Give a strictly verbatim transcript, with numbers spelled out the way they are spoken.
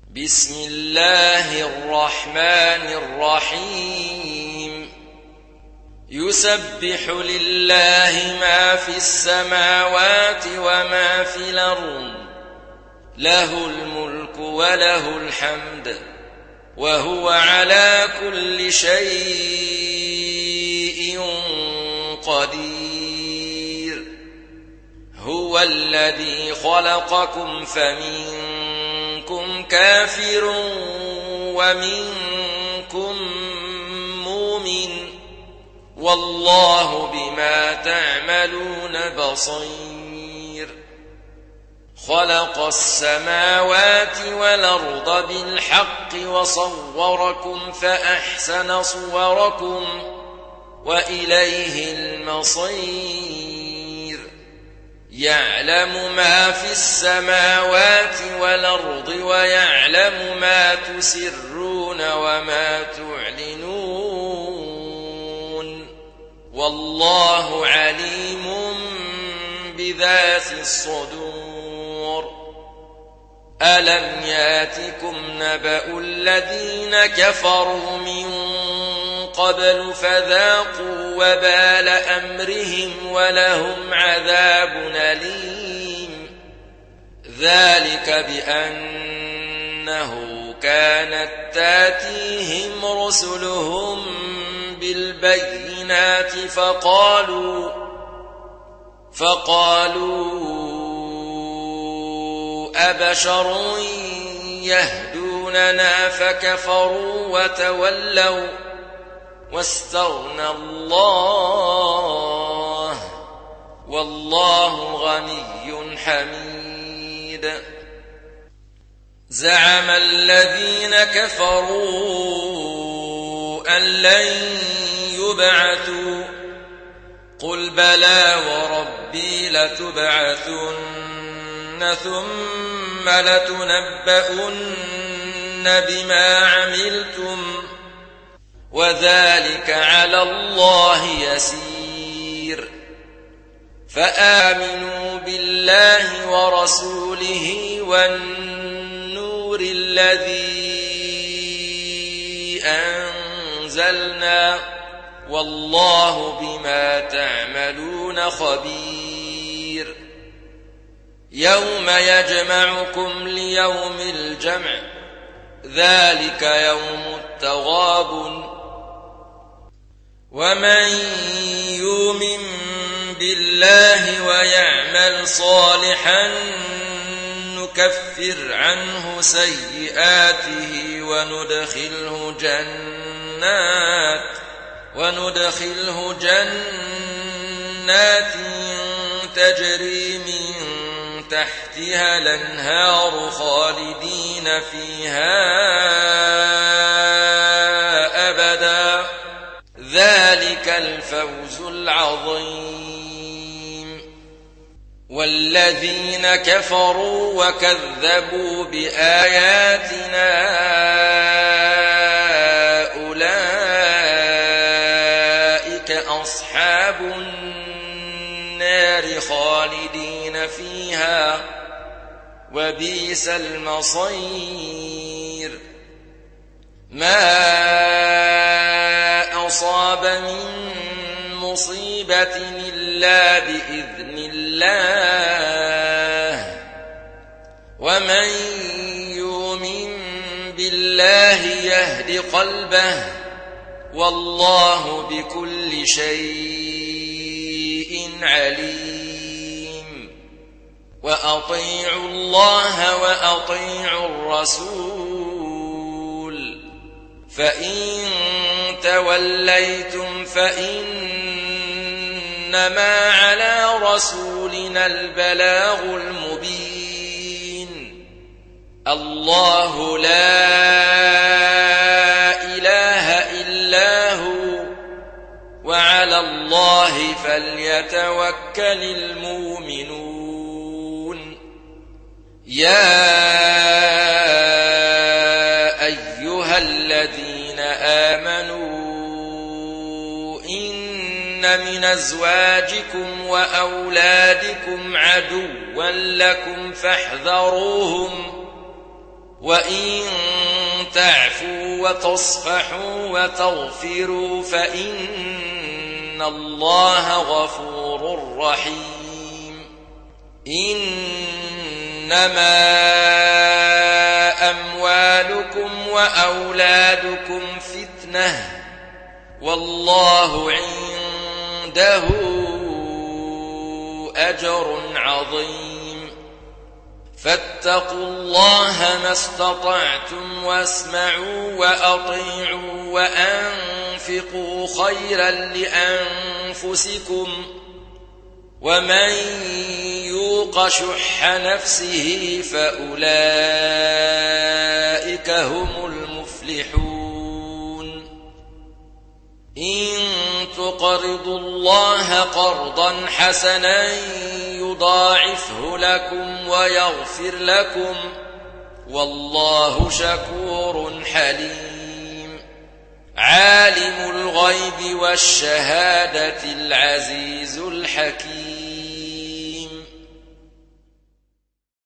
بسم الله الرحمن الرحيم يسبح لله ما في السماوات وما في الأرض له الملك وله الحمد وهو على كل شيء قدير هو الذي خلقكم فمنكم كافر ومنكم مؤمن والله بما تعملون بصير خلق السماوات والأرض بالحق وصوركم فأحسن صوركم وإليه المصير يعلم ما في السماوات والأرض ويعلم ما تسرون وما تعلنون والله عليم بذات الصدور ألم ياتكم نبأ الذين كفروا من قبل فذاقوا وبال أمرهم ولهم عذاب أليم ذلك بأنه كانت تاتيهم رسلهم بالبينات فقالوا فقالوا أبشر يهدوننا فكفروا وتولوا واستغنى الله والله غني حميد زعم الذين كفروا أن لن يبعثوا قل بلى وربي لتبعثن ثم لتنبؤن بما عملتم وذلك على الله يسير فآمنوا بالله ورسوله والنور الذي أنزلنا والله بما تعملون خبير يوم يجمعكم ليوم الجمع ذلك يوم التغابن ومن يؤمن بالله ويعمل صالحا نكفر عنه سيئاته وندخله جنات وندخله جنات تجري من تحتها الأنهار خالدين فيها أبدا ذلك الفوز العظيم والذين كفروا وكذبوا بآياتنا أولئك أصحاب النار خالدين فيها وبئس المصير ما أصاب من مصيبة إلا بإذن الله ومن يؤمن بالله يهد قلبه والله بكل شيء عليم وأطيعوا الله وأطيعوا الرسول فإن توليتم فإنما على رسولنا البلاغ المبين الله لا إله إلا هو وعلى الله فليتوكل المؤمنون يا أيها الذين آمنوا إن من أزواجكم وأولادكم عدوا لكم فاحذروهم وإن تعفوا وتصفحوا وتغفروا فإن الله غفور رحيم. إنما أموالكم وأولادكم فتنة والله عنده أجر عظيم. فاتقوا الله ما استطعتم واسمعوا وأطيعوا وأنفقوا خيرا لأنفسكم ومن يوق شح نفسه فأولئك هم المفلحون. إن تقرضوا الله قرضا حسنا يضاعفه لكم ويغفر لكم والله شكور حليم. عالم الغيب والشهادة العزيز الحكيم.